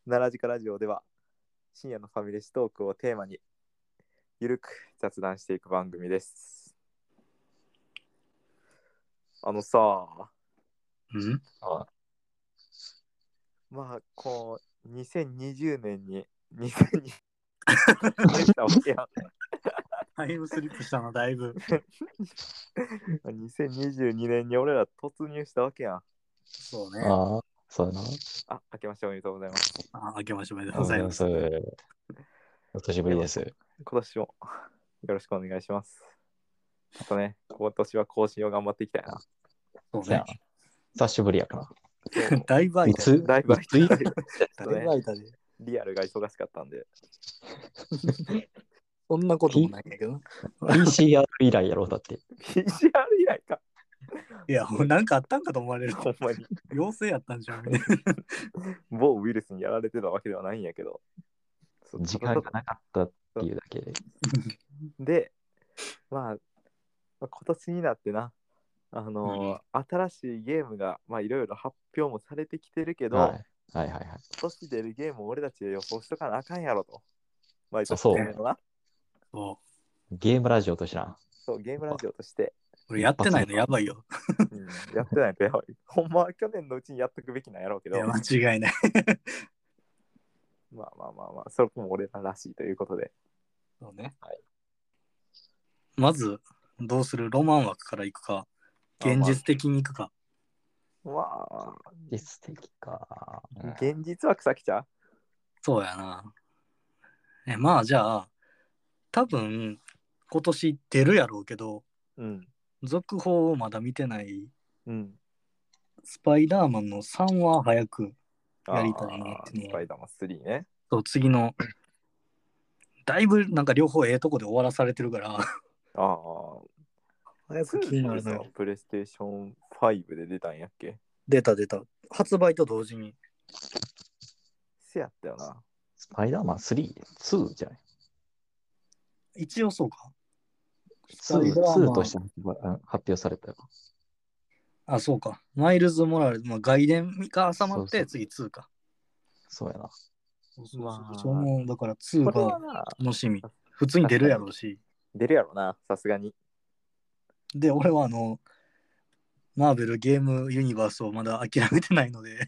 7時からラジオでは深夜のファミレストークをテーマにゆるく雑談していく番組です。 あまあこう2020年に2020年したわけやん。 タイムスリップしたな、だいぶ。 2022年に俺ら突入したわけやん。 そうね。 あ、 そうやな。 明けましておめでとうございます。 明けましておめでとうございます。 お久しぶりです。今年もよろしくお願いします。あとね、今年は更新を頑張っていきたいな。 そうね。 久しぶりやから。 だいぶ空いた。 だいぶ空いたで。 リアルが忙しかったんで。 そんなこともないんやけど。 PCR 以来やろうだって。 PCR 以来か。 いや、なんかあったんかと思われる。 ほんまに。 陽性やったんじゃん。 某ウイルスにやられてたわけではないんやけど。 時間がなかったっていうだけで。 で、まあ、今年になってな、新しいゲームがいろいろ発表もされてきてるけど、 はいはい。 今年出るゲームを俺たちで予想しとかなあかんやろと。 そうゲームラジオとしてな。 そう、ゲームラジオとして。 俺やってないのやばいよ。 やってないとやばい。ほんまは去年のうちにやっとくべきなんやろうけど。 間違いない。 まあ、それも俺ららしいということで。 そうね。はい、まず、どうする？ロマン枠からいくか、現実的にいくか。 現実的か。 現実枠先ちゃう？ そうやな。まあじゃあ、多分今年出るやろうけど、続報をまだ見てない、スパイダーマンの3話早くやりたいねっていうの。 スパイダーマン3ね。 そう、次の、だいぶなんか両方とこで終わらされてるから。早く気になるのよ。 プレイステーション5で出たんやっけ？ 出た。発売と同時に。 せやったよな。 スパイダーマン3、2じゃない？ 一応そうか。 2として発表されたよ。 あ、そうか。マイルズ・モラルズ、外伝が挟まって次2か。 そうやな。 そうだから2が楽しみ。普通に出るやろうし。 出るやろな、さすがに。 で、俺はマーベルゲームユニバースをまだ諦めてないので、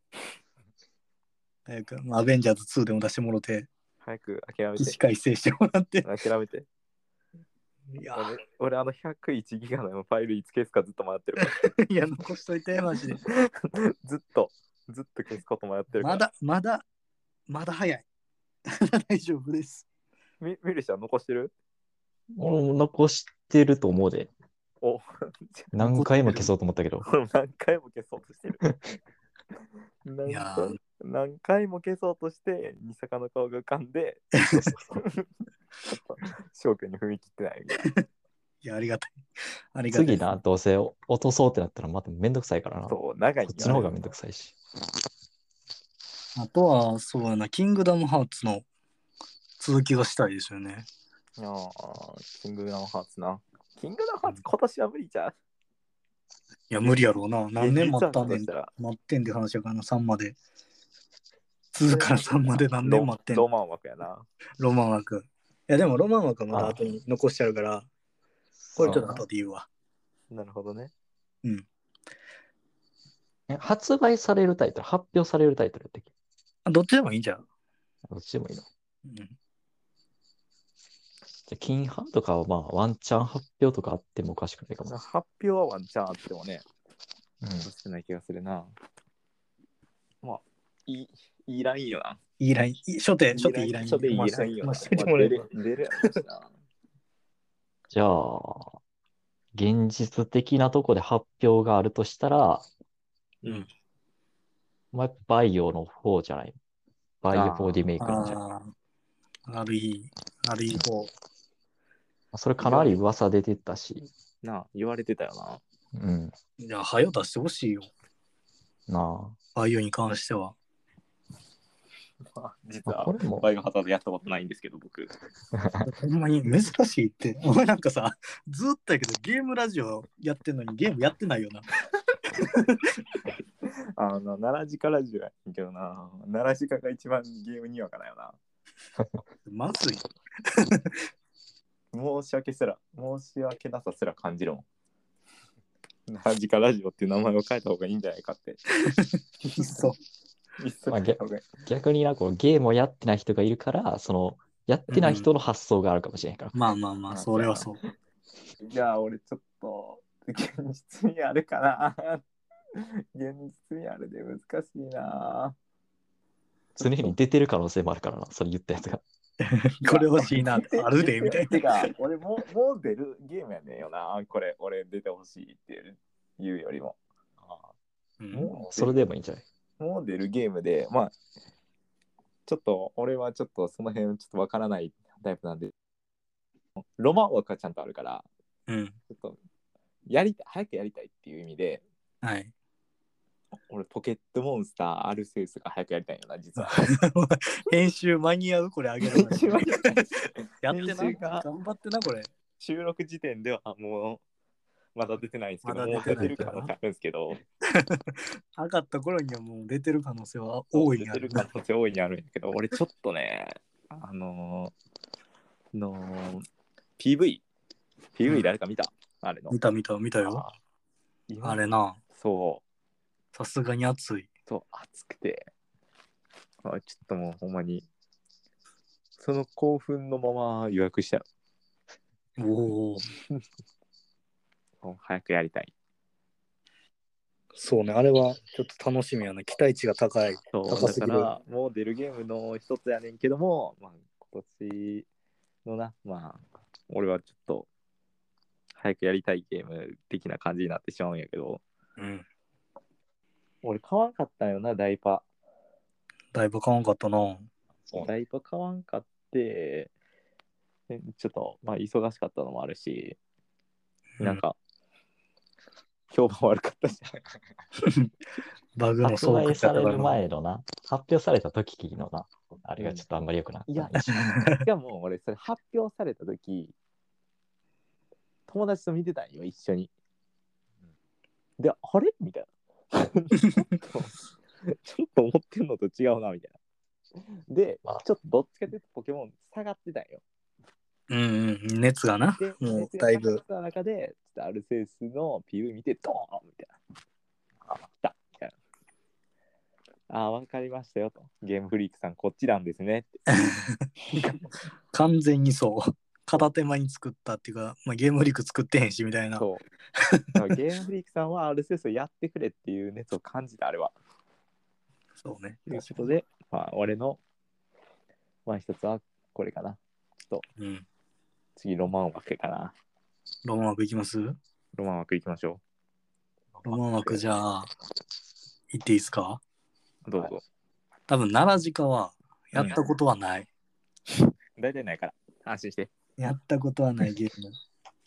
早く、アベンジャーズ2でも出してもろて、 早く諦めて。 起死回生してもらって。 諦めて。いや俺101ギガのファイルいつ消すかずっと迷ってるから。 いや、残しといて、マジで。 ずっと消すこと迷ってるから。 まだ早い。大丈夫です。 ミルシャ残してる？ 俺も残してると思うで。何回も消そうと思ったけど。 何回も消そうとしてる。何回も消そうとして二坂の顔が浮かんで翔くんに踏み切ってないみたいな。 いや、ありがたい。 次な、どうせ落とそうってなったらまためんどくさいからな。 そう、長い。 こっちの方がめんどくさいし。 あとは、そうやな、キングダムハーツの続きがしたいですよね。 キングダムハーツな。キングダムハーツ今年は無理じゃん。 いや、無理やろうな。何年待ったんねん。待ってんって話やからな、3まで。2から3まで何年待ってんロマン枠やな。 ロマン枠。いや、でもロマン枠はまだ後に残しちゃうから、これちょっと後で言うわ。 なるほどね。 発売されるタイトル、発表されるタイトルやったっけ？ どっちでもいいんじゃん。 どっちでもいいの。じゃあ、金ハとかはワンチャン発表とかあってもおかしくないかも。 発表はワンチャンあってもね、おかしくない気がするな。まあ、いいラインよな。 いいライン。初手いいライン。 初手いいラインよな。出るやろな。 じゃあ、現実的なとこで発表があるとしたら、バイオの方じゃない？バイオ4リメイクなんじゃない？ RE4。 それかなり噂出てたし。 言われてたよな。 いや、早出してほしいよ。バイオに関しては。 実はバイオハザードやったことないんですけど、僕。 ほんまに珍しいって。お前なんかさ、ずっとやけどゲームラジオやってんのにゲームやってないよな。 7時から10やけどな。7時からが一番ゲームにわかないよな。 まずい。 申し訳なさすら感じるもん。7時からラジオっていう名前を変えた方がいいんじゃないかって。 そう。 まあ、逆にな、こうゲームをやってない人がいるから、やってない人の発想があるかもしれんから。 まあまあまあ、それはそう。 じゃあ、俺ちょっと、現実にあるかな。現実にあるで難しいな。 常に出てる可能性もあるからな、それ言ったやつが。 これ欲しいな、あるで、みたいな。 てか、俺もう出るゲームやねんよな。これ、俺出てほしいっていうよりも。 もうそれでもいいんじゃない？ もう出るゲームで、まあ、ちょっと、俺はちょっとその辺ちょっとわからないタイプなんで、ロマン枠はちゃんとあるから、 ちょっと早くやりたいっていう意味で、 はい。 俺、ポケットモンスターアルセウスが早くやりたいよな、実は。 編集間に合うこれあげるのに。やって編集な。 が頑張ってな、これ。 収録時点ではもう、まだ出てないんですけど、もう出てる可能性あるんですけど、 上がった頃にはもう出てる可能性は大いにある。 出てる可能性大いにあるんやけど、俺ちょっとね、PV 誰か見た？あれの。 見たよ。あれな。 そう。 さすがに熱い。 そう、熱くて。ちょっともうほんまに、その興奮のまま予約したよ。 おお。 早くやりたい。 そうね、あれはちょっと楽しみやな。期待値が高い。 そう高すぎる。 だから、もう出るゲームの一つやねんけども、まあ、今年のな、まあ、俺はちょっと、早くやりたいゲーム的な感じになってしまうんやけど、俺買わんかったんよな、ダイパ。 だいぶ買わんかったな。 ダイパ買わんかって、ちょっと、まあ、忙しかったのもあるし、なんか、評判悪かったじゃん。 バグの発売される前のな、発表された時のな、あれがちょっとあんまり良くなかった。 いや、しかも俺、それ発表された時、友達と見てたんよ、一緒に。で、あれみたいな。ちょっと思ってんのと違うな、みたいな。で、ちょっとどっちかというとポケモン下がってたんよ。 熱がな。 で、 もうだいぶ。 熱が中で、ちょっとアルセウスの PV 見て、ドーンみたいな。来たみたいな。わかりましたよと。ゲームフリークさん、こっちなんですねって。 完全にそう。片手間に作ったっていうか、まあ、ゲームフリーク作ってへんしみたいな。 そう。ゲームフリークさんはアルセウスをやってくれっていう熱を感じた、あれは。 そうね。 ということで、まあ、俺の、まあ、一つはこれかな。ちょっと、次、ロマン枠かな。 ロマン枠いきます？ ロマン枠いきましょう。ロマン枠じゃあ、言っていいですか？ どうぞ。 多分、奈良鹿はやったことはない。 大体ないから、安心して。 やったことはないゲーム。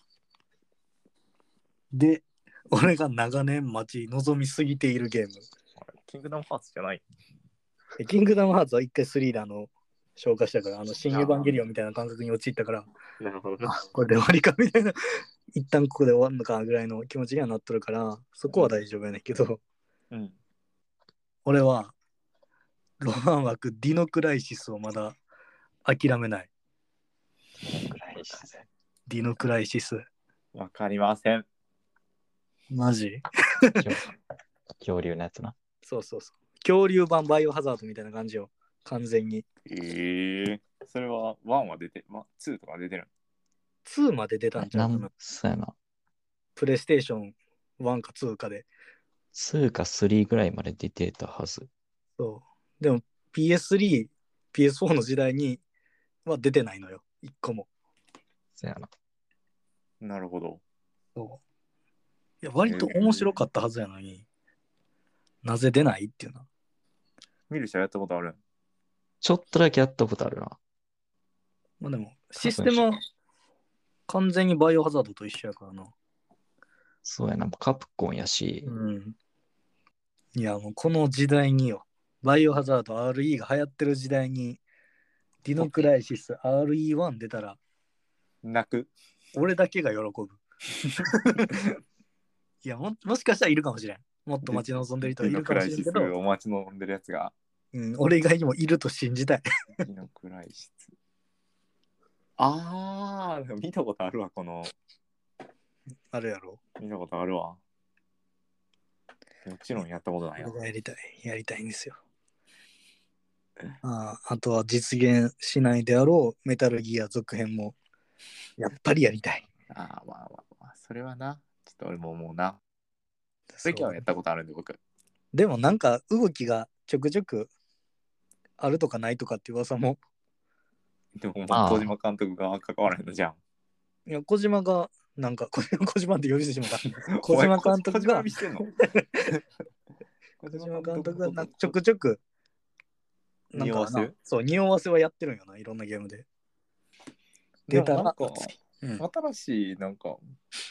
で、俺が長年待ち望みすぎているゲーム。 キングダムハーツじゃない？ キングダムハーツは一回3で紹介したから、新エヴァンゲリオンみたいな感覚に陥ったから、 なるほど。 これで終わりかみたいな、一旦ここで終わるのかぐらいの気持ちにはなっとるから、そこは大丈夫やねんけど、俺は、ロマン枠ディノクライシスをまだ諦めない。ディノクライシス。 わかりません。 マジ？ 恐竜のやつな。 そう。恐竜版バイオハザードみたいな感じよ。完全に。 それは1は出て、2とか出てる ？2まで出たんじゃん。 そうやな。 プレイステーション1か2かで。 2か3ぐらいまで出てたはず。 そう。でも PS3、PS4 の時代には出てないのよ。1個も。 そうやな。 なるほど。 そう。いや、割と面白かったはずやのに、なぜ出ないっていうの。 ミルシャやったことある？ ちょっとだけやったことあるな。 まあでも、システムは完全にバイオハザードと一緒やからな。 そうやな、カプコンやし。 いや、もうこの時代によ。バイオハザード RE が流行ってる時代に、ディノクライシス RE1 出たら、 泣く。 俺だけが喜ぶ。いやもしかしたらいるかもしれん。 もっと待ち望んでる人ディノいるかもクライシスしれんけど、 を待ち望んでるやつが。 俺以外にもいると信じたい。 ディノクライシス。見たことあるわ、この。 あるやろ。 見たことあるわ。もちろんやったことないよ。 俺がやりたいんですよ。あとは実現しないであろうメタルギア続編もやっぱりやりたい。 それはな。ちょっと俺も思うな。それはやったことあるんで、僕。 でもなんか動きがちょくちょくあるとかないとかって噂も。 でも、小島監督が関わらへんのじゃん。 いや、小島が、なんか、小島って呼び捨てしまった。小島監督が、小島監督がちょくちょく、なんかな、そう、匂わせはやってるんよな、いろんなゲームで。 出たら、新しい、なんか、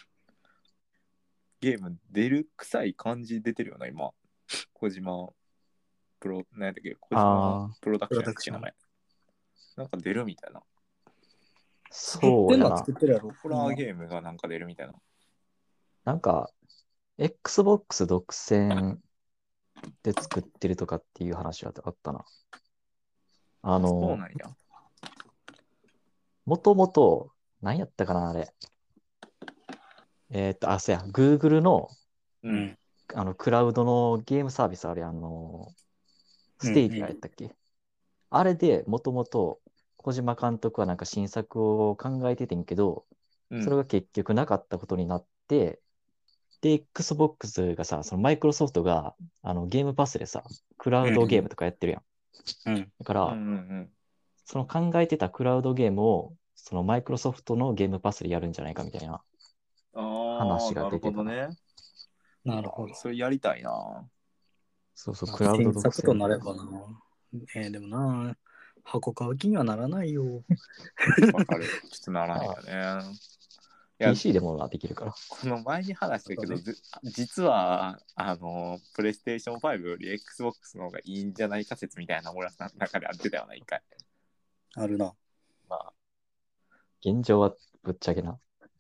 ゲーム出る臭い感じ出てるよな、今。小島プロ、何やったっけ、小島プロダクションって名前。なんか出るみたいな。 そうやな。 作ってるやろ。 ホラーゲームがなんか出るみたいな。 なんか、Xbox 独占で作ってるとかっていう話があったな。 そうなんや。 もともと、何やったかな、あれ。そうや、Google の、クラウドのゲームサービスあれ、ステージやったっけ、あれでもともと小島監督はなんか新作を考えててんけど、それが結局なかったことになって、で、Xbox がさ、そのマイクロソフトがゲームパスでさ、クラウドゲームとかやってるやん。だから、その考えてたクラウドゲームを、そのマイクロソフトのゲームパスでやるんじゃないかみたいな話が出てた。 なるほど。 それやりたいな。 そうそう、クラウド独占。 新作となればな。でもな、箱買う気にはならないよ。 わかる。ちょっとならないよね。 PC でもできるから。 この前に話したけど、実は、プレイステーション5より Xbox の方がいいんじゃないか説みたいな俺らの中であってたよな、一回。 あるな。 まあ、現状はぶっちゃけな。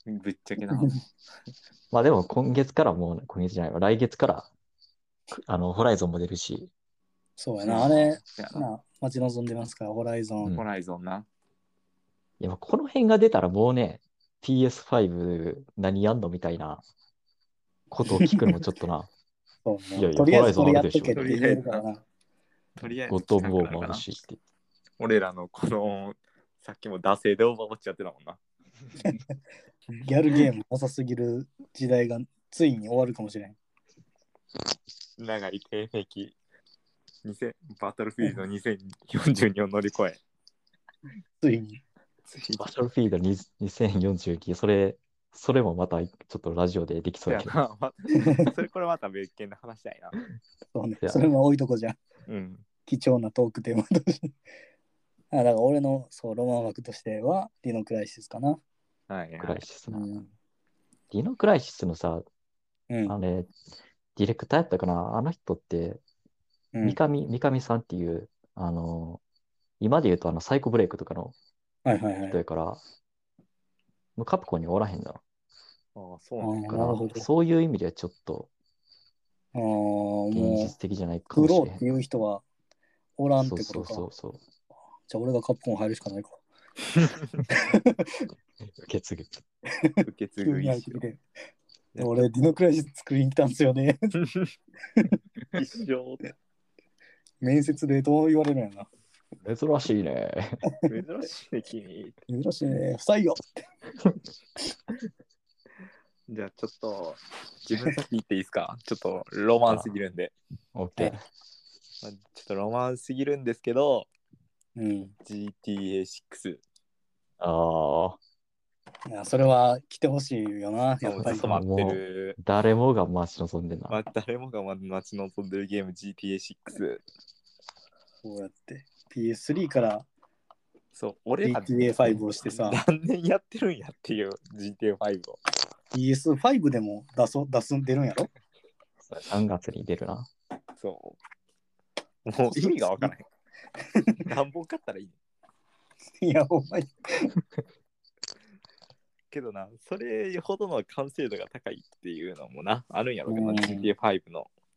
まあでも今月から今月じゃないわ、来月からホライゾンも出るし。 そうやな、あれ、待ち望んでますから、ホライゾン。 ホライゾンな。 いや、この辺が出たらもうね、PS5 何やんのみたいなことを聞くのもちょっとな。 そうね、 いやいや、ホライゾンあるでしょ。 とりあえずゴッド・オブ・ウォーもあるしって。 俺らのこの、さっきも惰性でオーバーウォッチやってたもんな。 ギャルゲーム遅すぎる時代がついに終わるかもしれん。 長い低迷期。バトルフィールド2042を乗り越え。 ついに。 バトルフィールド2042、それもまたちょっとラジオでできそうやけど。 これまた別件の話だよな。 そうね。それも置いとこじゃん。貴重なトークテーマとして。だから俺のロマン枠としてはディノクライシスかな。 クライシスな。ディノクライシスのさ、ディレクターやったかな、あの人って、三上さんっていう、今で言うとサイコブレイクとかの人やから、もうカプコンにおらへんだ。 そうだからそういう意味ではちょっと現実的じゃないかもしれへん。 プロっていう人はおらんってことか。 そう。 じゃあ俺がカプコン入るしかないか。 受け継ぐ意思俺ディノクライシス作りに来たんですよね。 一生面接でどう言われるんやな。 珍しいね。 珍しいね、君。 珍しいね。不採用。 じゃあちょっと自分先言っていいですか？ちょっとロマンすぎるんで。 OK。 ちょっとロマンすぎるんですけど、GTA6。 いや、それは来てほしいよな。やっぱり。 待ってる。 誰もが待ち望んでな。 誰もが待ち望んでるゲーム GTA6。 こうやって PS3 から俺ら GTA5 をしてさ、 何年やってるんやっていう GTA5 を。 PS5 でも出るんやろ？ 3月に出るな。 もう意味がわからへん。何本買ったらいいの？いや、ほんまに。 けどそれほどの完成度が高いっていうのもあるんやろうけど、GTA5 の。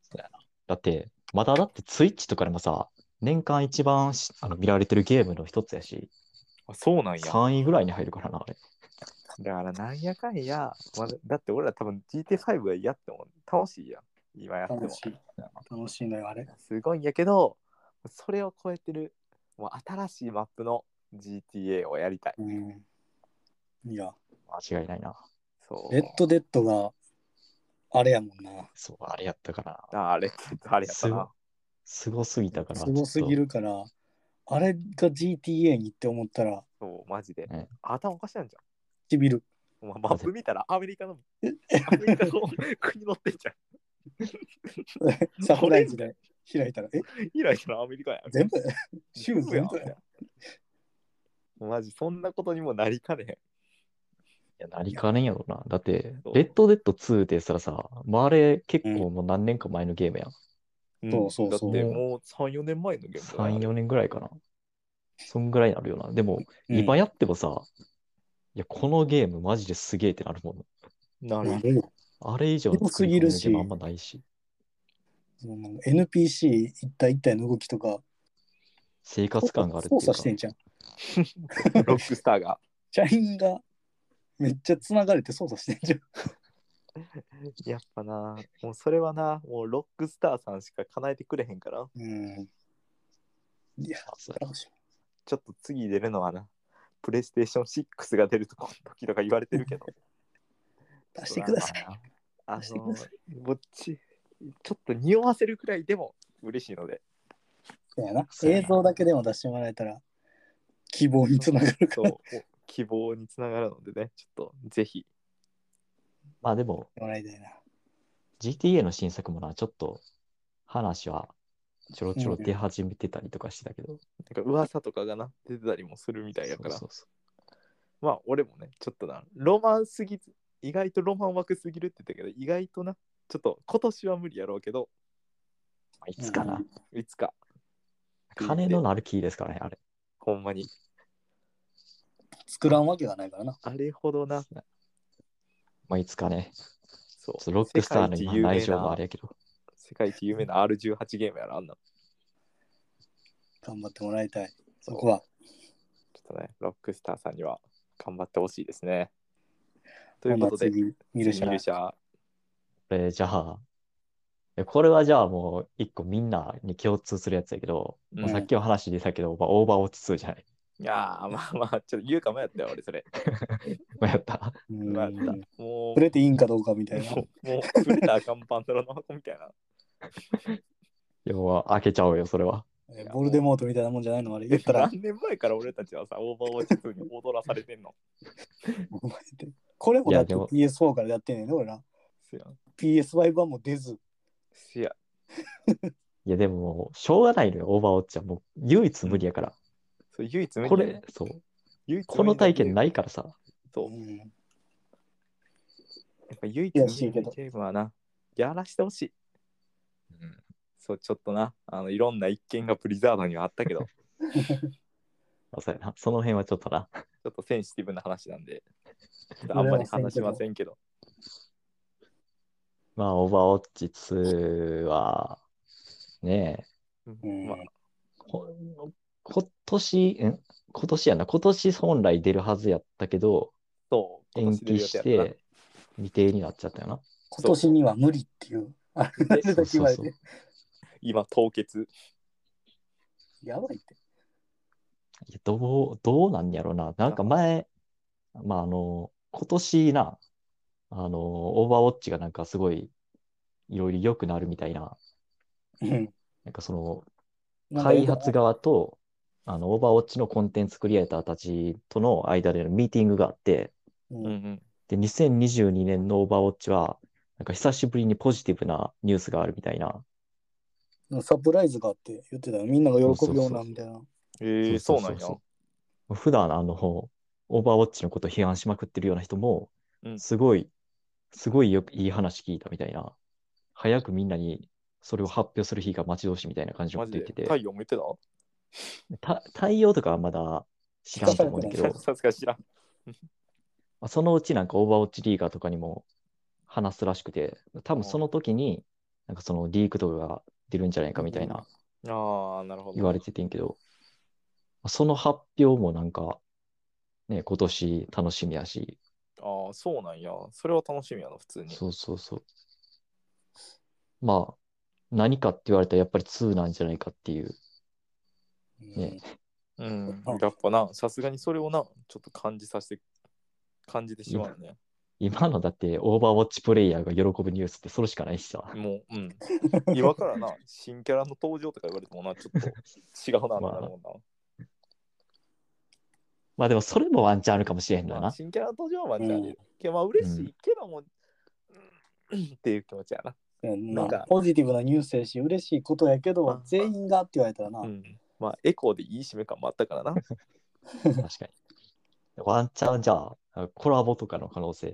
だって、まだだってツイッチとかでもさ、年間一番見られてるゲームの一つやし、 あ、そうなんや。 3位ぐらいに入るからな、あれ。 だからなんやかんや、だって俺ら多分 GT5 がやっても楽しいやん。今やっても。 楽しいのよ、あれ。 すごいんやけど、それを超えてる、もう新しいマップの GTA をやりたい。 いや、 間違いないな。 そう。 レッドデッドがあれやもんな。 そう、あれやったから。 あれやったな。 すごすぎたから。 すごすぎるから、あれが GTA にって思ったら、 そう、マジで。 ね、 頭おかしなんじゃん。 ちびる。 マップ見たらアメリカの国乗ってんじゃん。 サプライズで開いたら、 開いたらアメリカやん。 全部州全部やん。マジ、そんなことにもなりかねへん。 いや、なりかねんやろな。だって、レッドデッド2ってさらさ、あれ結構もう何年か前のゲームやん。 そうだってもう3、4年前のゲームだ 3、4年ぐらいかな。そんぐらいになるよな。でも、今やってもさ、いや、このゲームマジですげえってなるもん。 なる。 あれ以上すぎるし、 ゲームあんまないし。 NPC 一体一体の動きとか、 生活感があるっていうか。 操作してんじゃん。 ロックスターが。 社員がめっちゃ繋がれて操作してんじゃん。 やっぱな、もうそれはな、もうロックスターさんしか叶えてくれへんから。 いや、楽しみ。 ちょっと次出るのはな、プレイステーション6が出る時とか言われてるけど。 出してください。 ちょっと匂わせるくらいでも嬉しいので。 そうやな。映像だけでも出してもらえたら希望につながるから。 希望につながるのでね、ちょっとぜひ。 まあでも、GTA の新作もな、ちょっと話はちょろちょろ出始めてたりとかしてたけど。 なんか噂とかがな、出てたりもするみたいやから。まあ俺もね、ちょっとな、ロマンすぎず、意外とロマン枠すぎるって言ったけど、意外とな、ちょっと今年は無理やろうけど、 いつかな。 いつか。 金のなるキーですからね、あれ。 ほんまに。 作らんわけがないからな。 あれほどな。 まあ、いつかね。 そう。 ロックスターの今内情もあれやけど。 世界一有名な R18 ゲームやろ、あんな。 頑張ってもらいたい。そこは。 ちょっとね、ロックスターさんには頑張ってほしいですね。ということで、 ミルシャ。 じゃあ、これはじゃあもう一個みんなに共通するやつやけど、さっきの話でしたけど、オーバーウォッチ2じゃない。 いやー、まあ、ちょっと言うか迷ったよ、俺、それ。 迷った。 もう、 触れていいんかどうかみたいな。 もう、触れたらあかんパンドラの箱みたいな。 要は、開けちゃおうよ、それは。 ボルデモートみたいなもんじゃないのあれ言ったら。 何年前から俺たちはさ、オーバーウォッチ2に踊らされてんの。 これもだって PS4 からやってんねんね、俺ら。PS5 版も出ず。 いや、 でも、しょうがないのよ、オーバーウォッチは。もう、唯一無理やから。 そう、唯一無理。 これ、そう。この体験ないからさ。 そう。やっぱ唯一無理なゲームはな、やらしてほしい。そう、ちょっとな、いろんな一見がブリザードにはあったけど。 その辺はちょっとな。 ちょっとセンシティブな話なんで、あんまり話しませんけど。 まあ、オーバーウォッチ2は、ねえ、まあ、今年やな、今年本来出るはずやったけど、延期して未定になっちゃったよな。 今年には無理っていう。 今、凍結。 やばいって。 どうなんやろな。なんか前、まあ今年な、オーバーウォッチがなんかすごい、いろいろ良くなるみたいな、なんか開発側と、オーバーウォッチのコンテンツクリエイターたちとの間でのミーティングがあって、で、2022年のオーバーウォッチは、なんか久しぶりにポジティブなニュースがあるみたいな。 サプライズがあって言ってたよ。みんなが喜ぶようなみたいな。 そうなんや。 普段オーバーウォッチのことを批判しまくってるような人も、すごいよくいい話聞いたみたいな。早くみんなにそれを発表する日が待ち遠しいみたいな感じのこと言ってて。 太陽も言ってた太陽とかはまだ知らんと思うんだけど、 さすが知らん。 そのうちなんかオーバーウォッチリーガーとかにも話すらしくて、多分その時に、 なんかそのリークとかが出るんじゃないかみたいなああ、なるほど。 言われててんけど、その発表もなんか、ね、今年楽しみやし。 ああ、そうなんや。それは楽しみやな、普通に。 そうそうそう。まあ、何かって言われたらやっぱり2なんじゃないかっていう。ね。 うん。やっぱな、さすがにそれをな、ちょっと感じてしまうね。 今のだってオーバーウォッチプレイヤーが喜ぶニュースってそれしかないしさ。 もう、うん。今からな、新キャラの登場とか言われてもな、ちょっと違うなってなるもんな。 まあでもそれもワンチャンあるかもしれへんのよな。 新キャラの登場はワンチャンある。まあ嬉しいけども、っていう気持ちやな。 なんかポジティブなニュースやし、嬉しいことやけど、全員がって言われたらな。 まあ、エコーでいい締め感もあったからな。 確かに。ワンチャンじゃあ、コラボとかの可能性。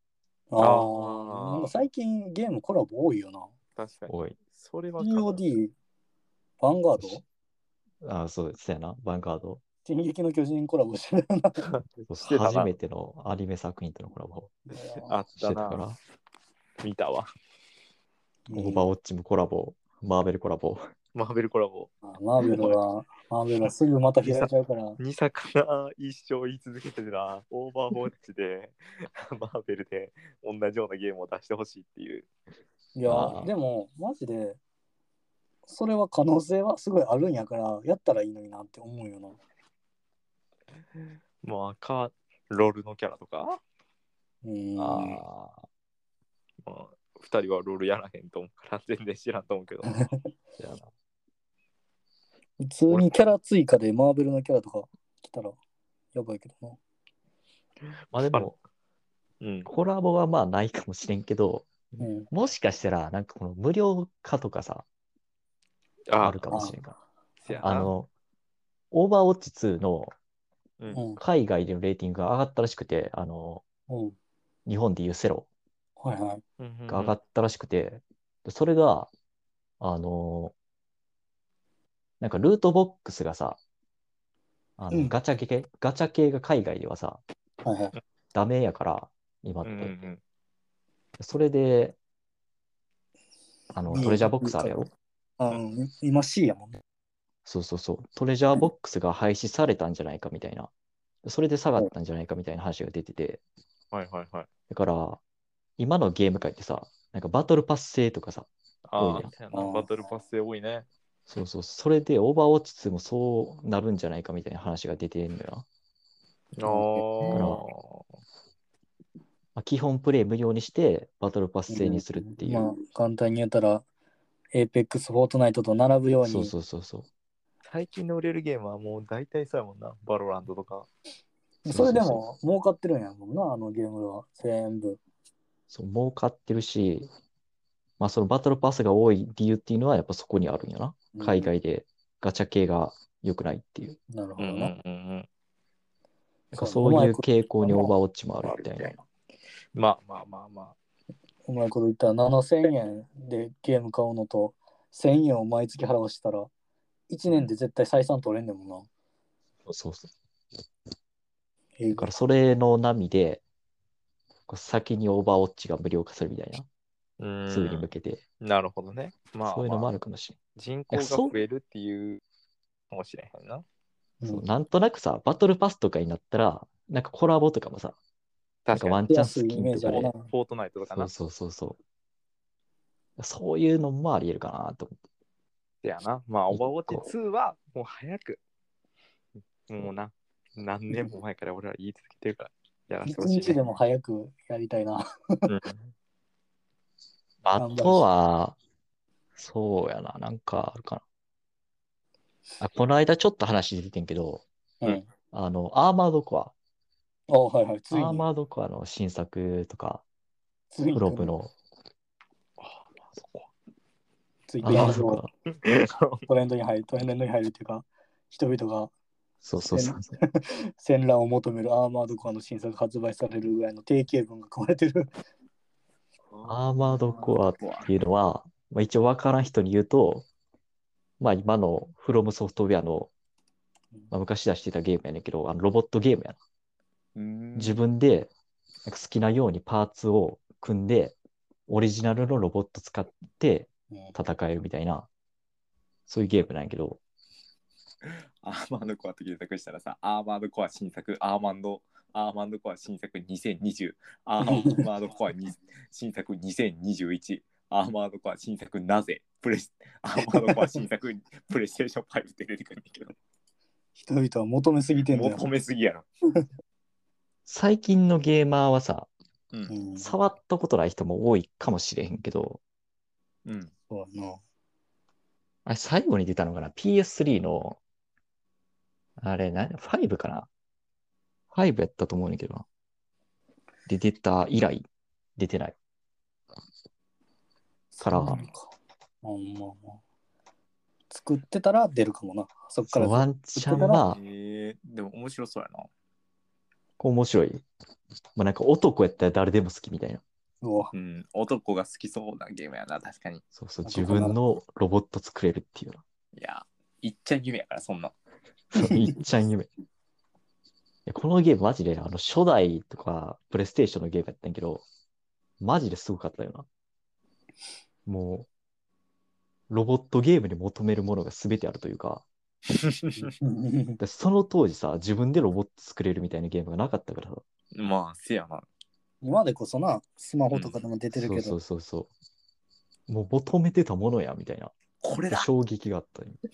ああ、最近ゲームコラボ多いよな。 確かに。 多い。 それは POD、ヴァンガードそうですやな、ヴァンガード。 進撃の巨人コラボしてるな。 初めてのアニメ作品とのコラボあっしたてたから。 見たわ。 オーバーウォッチもコラボ、マーベルコラボ。 マーベルコラボ。 マーベルはすぐまた開いちゃうから。 2作な一生言い続けてるな。オーバーウォッチで、マーベルで同じようなゲームを出してほしいっていう。 いや、でも、マジで、それは可能性はすごいあるんやから、やったらいいのになって思うよな。 まあ、ロールのキャラとかああ。まあ、2人はロールやらへんと思うから全然知らんと思うけど。 普通にキャラ追加でマーベルのキャラとか来たらやばいけどな。 まあでも、コラボはまあないかもしれんけど、もしかしたらなんかこの無料化とかさ、あるかもしれんから。オーバーウォッチ2の海外でのレーティングが上がったらしくて、日本でいうセロが上がったらしくて、それが、なんかルートボックスがさ、ガチャ系が海外ではさ、ダメやから、今って。それで、トレジャーボックスあるやろ。 今 C やもんね。 そうそうそう。トレジャーボックスが廃止されたんじゃないかみたいな。それで下がったんじゃないかみたいな話が出てて。 はいはいはい。 だから、今のゲーム界ってさ、なんかバトルパス制とかさ、多いやん。 バトルパス制多いね。 そうそう。それでオーバーウォッチ2もそうなるんじゃないかみたいな話が出てんのよ。だから、基本プレイ無料にしてバトルパス制にするっていう。 まあ、簡単に言ったら、エーペックス、フォートナイトと並ぶように。 そう。 最近の売れるゲームはもう大体そうやもんな。バロランドとか。 それでも儲かってるんやもんな、あのゲームは。全部。 そう、儲かってるし、まあそのバトルパスが多い理由っていうのはやっぱそこにあるんやな。海外でガチャ系が良くないっていう。 なるほどな。 なんかそういう傾向にオーバーウォッチもあるみたいな。 まあ。 うまいこと言ったら7000円でゲーム買うのと1000円を毎月払わしたら1年で絶対採算取れんねんもんな。 そう。だからそれの波で先にオーバーウォッチが無料化するみたいな。2に向けて。 なるほどね。まあ、 そういうのもあるかもしれん。 人口が増えるっていうかもしれへんな。 なんとなくさ、バトルパスとかになったら、なんかコラボとかもさ、なんかワンチャンスキンとかで、 フォートナイトとかな。 そう。そういうのもありえるかなと思って。 やな。まあ、オーバーウォッチ2はもう早く、もう何年も前から俺は言い続けてるから、やらせてほしい、ね。 一日でも早くやりたいな。 あとは、そうやな、なんかあるかな。この間ちょっと話出てんけど、アーマードコア。 アーマードコアの新作とか、プロブの。 ついてトレンドに入るっていうか、人々が戦乱を求めるアーマードコアの新作発売されるぐらいの定型文が組まれてる。 アーマードコアっていうのは、一応分からん人に言うと、今のフロムソフトウェアの、昔出してたゲームやねんけど、ロボットゲームやな。自分で好きなようにパーツを組んで、オリジナルのロボット使って戦えるみたいな、そういうゲームなんやけど。 アーマードコアって検索したらさ、アーマードコア新作、アーマンドコア新作2020、アーマードコア新作2021、アーマードコア新作なぜアーマードコア新作プレイステーション5って出てくるんだけど。 人々は求めすぎてんだよ。 求めすぎやろ。 最近のゲーマーはさ、 うん。 触ったことない人も多いかもしれへんけど、 うん。 そうやな。 あれ最後に出たのかな ?PS3 の、あれ、5かな ?5 やったと思うんだけどな。で、出た以来、出てない。から、 まあ作ってたら出るかもな。そっからワンチャンまあ、 でも面白そうやな。 面白い。まあなんか男やったら誰でも好きみたいな。 うん、男が好きそうなゲームやな、確かに。 そうそう、自分のロボット作れるっていう。 いや、いっちゃ夢やから、そんな。 いっちゃん夢。このゲームマジで、初代とか、プレイステーションのゲームやったんやけど、マジですごかったよな。もう、ロボットゲームに求めるものが全てあるというか、その当時さ、自分でロボット作れるみたいなゲームがなかったからさ。 まあ、せやな。 今でこそな、スマホとかでも出てるけど。 もう求めてたものや、みたいな。 これだ衝撃があったね。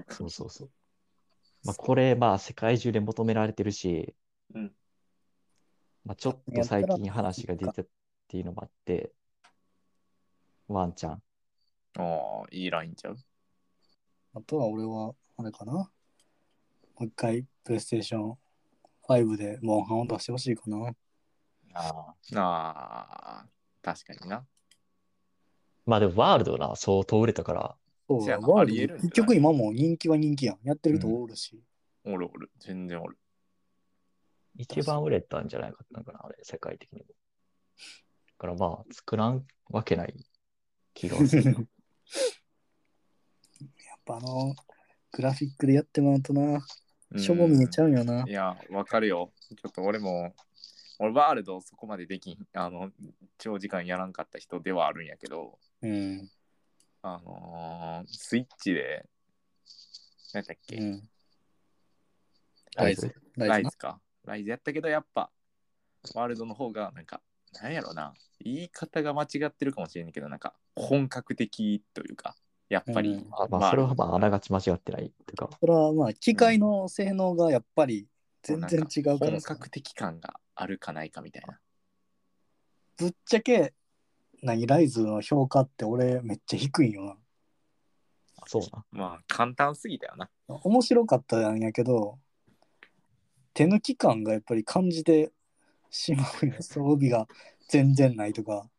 まあ、これ、まあ、世界中で求められてるし、まあ、ちょっと最近話が出たっていうのもあって、ワンチャン。 ああ、いいラインちゃう。 あとは俺は、あれかな。もう一回、プレイステーション5でモンハンを出してほしいかな。 ああ、確かにな。 まあでもワールドな、相当売れたから。 そうだ、ワールド結局今も人気は人気やん。やってる人おるし。 おる、全然おる。 一番売れたんじゃないかったのかな、あれ、世界的にも。だからまあ、作らんわけない気がする。 やっぱグラフィックでやってもらうとな、しょぼ見えちゃうんよな。 いや、わかるよ。ちょっと俺ワールドそこまでできん、長時間やらんかった人ではあるんやけど、スイッチで、何だっけ、ライズか。ライズやったけど、やっぱ、ワールドの方が、なんか、なんやろな、言い方が間違ってるかもしれんけど、なんか、本格的というか、やっぱり。 まあ、それはまあ、あながち間違ってないっていうか。 それはまあ、機械の性能がやっぱり全然違うから。 本格的感があるかないかみたいな。 ぶっちゃけ、ライズの評価って俺めっちゃ低いよな。 そうな。 まあ、簡単すぎたよな。 面白かったんやけど、手抜き感がやっぱり感じてしまうよ。装備が全然ないとか。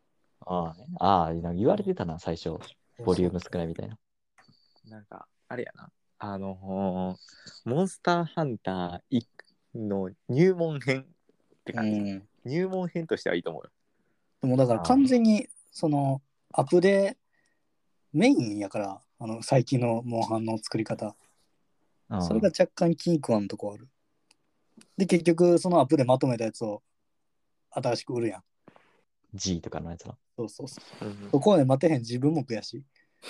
言われてたな、最初。ボリューム少ないみたいな。 なんか、あれやな。モンスターハンターの入門編って感じ。入門編としてはいいと思うよ。 でもだから完全に、アップでメインやから、最近のモンハンの作り方。それが若干気に食わんとこある。で、結局、そのアップでまとめたやつを新しく売るやん。 G とかのやつな。 そう。そこまで待てへん自分も悔しい。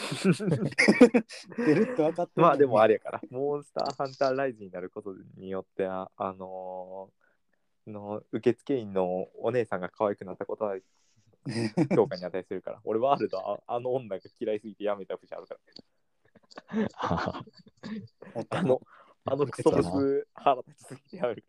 出るって分かってる。 まあでもあれやから、モンスターハンターライズになることによって、受付員のお姉さんが可愛くなったことは評価に値するから。俺ワールドあの女が嫌いすぎてやめた節あるから。あのクソブス腹立ちすぎてやめる。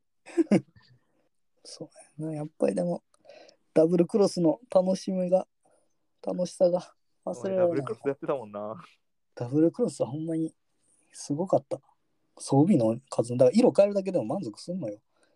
そうやな、やっぱりでもダブルクロスの楽しさが忘れられない。 ダブルクロスやってたもんな。 ダブルクロスはほんまにすごかった。装備の数、だから色変えるだけでも満足すんのよ。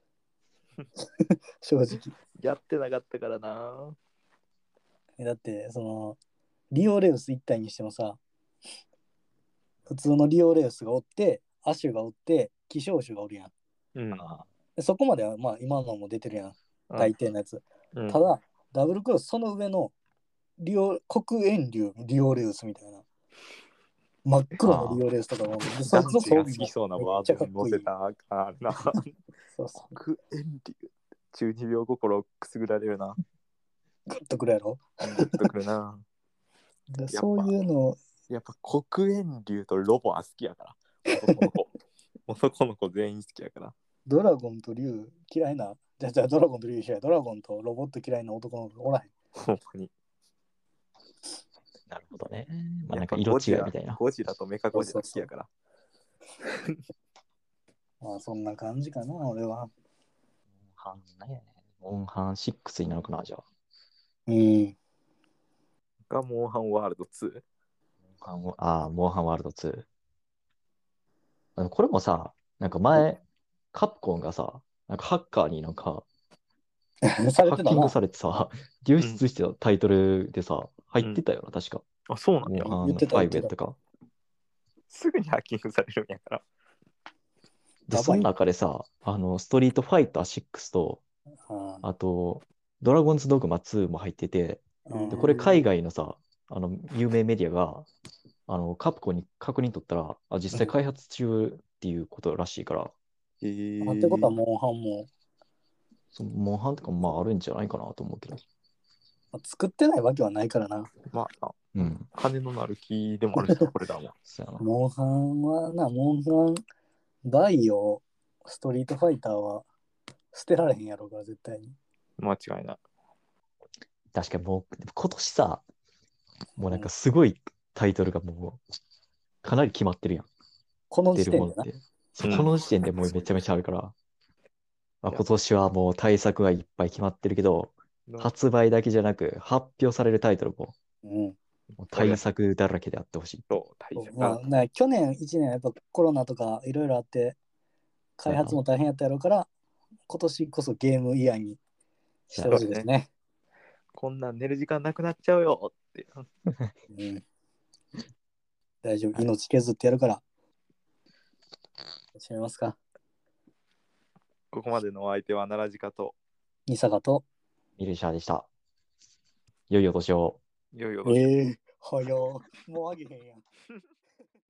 正直。 やってなかったからな。 だってリオレウス1体にしてもさ、普通のリオレウスがおって、アシュがおって、希少種がおるやん。でそこまではまあ今のも出てるやん。大抵のやつ。ただ、ダブルクロスその上の黒煙竜リオレウスみたいな。真っ黒のリオレウスとかも、 そいつの装備も好きそうなワードに載せたからな。黒煙竜。中二病心くすぐられるな。 グッとくるやろ。 グッとくるな。 そういうの。 やっぱ黒煙竜とロボは好きやから。男の子。男の子全員好きやから。 ドラゴンと竜嫌いな。じゃあドラゴンと竜一緒や。ドラゴンとロボット嫌いな男の子おらへん。 ほんまに。 なるほどね。まあなんか色違いみたいな。 ゴジラとメカゴジラ好きやから。 まあそんな感じかな、俺は。 モンハン6になるかな、じゃあ。 うん。 がモンハンワールド2。 モンハンワールド2。これもさ、なんか前、カプコンがさ、なんかハッカーになんか、ハッキングされてさ、流出してたタイトルでさ、入ってたよな、確か。 あ、そうなんや。 モンハン5やったか。 すぐにハッキングされるんやから。 で、その中でさ、ストリートファイター6と、あと、ドラゴンズドグマ2も入ってて、でこれ海外のさ、有名メディアが、カプコンに確認取ったら、実際開発中っていうことらしいから。 ってことはモンハンも。 モンハンとかまああるんじゃないかなと思うけど。 作ってないわけはないからな。 まあ、金のなる木でもあるし、これだもん。 モンハンはな、モンハン、バイオ、ストリートファイターは捨てられへんやろうから、絶対に。 間違いない。 確かにもう、今年さ、もうなんかすごいタイトルがもう、かなり決まってるやん。 この時点でな。 この時点でもうめちゃめちゃあるから、今年はもう対策がいっぱい決まってるけど、発売だけじゃなく、発表されるタイトルも、もう対策だらけであってほしい。 対策。まあ、去年1年やっぱコロナとかいろいろあって、開発も大変やったやろうから、今年こそゲームイヤーにしてほしいですね。 こんなん寝る時間なくなっちゃうよって。 大丈夫、命削ってやるから。閉めますか。 ここまでのお相手は奈良鹿と二坂とミルシャーでした。良いお年を。 良いお年を。 早う。もうあげへんやん。